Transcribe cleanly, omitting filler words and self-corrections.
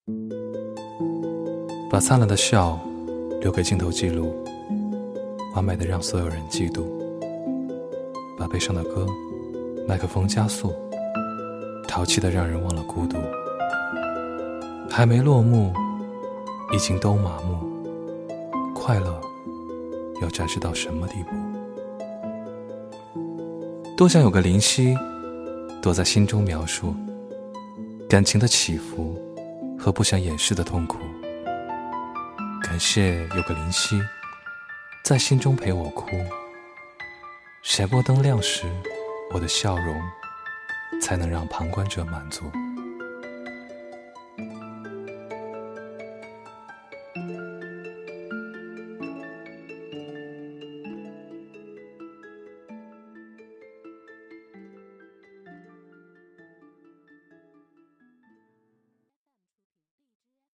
把灿烂的笑留给镜头记录，完美的让所有人嫉妒。把悲伤的歌麦克风加速，淘气的让人忘了孤独。还没落幕，已经都麻木。快乐要展示到什么地步？多想有个灵犀，躲在心中描述感情的起伏和不想掩饰的痛苦。感谢有个灵犀，在心中陪我哭。闪光灯亮时，我的笑容才能让旁观者满足。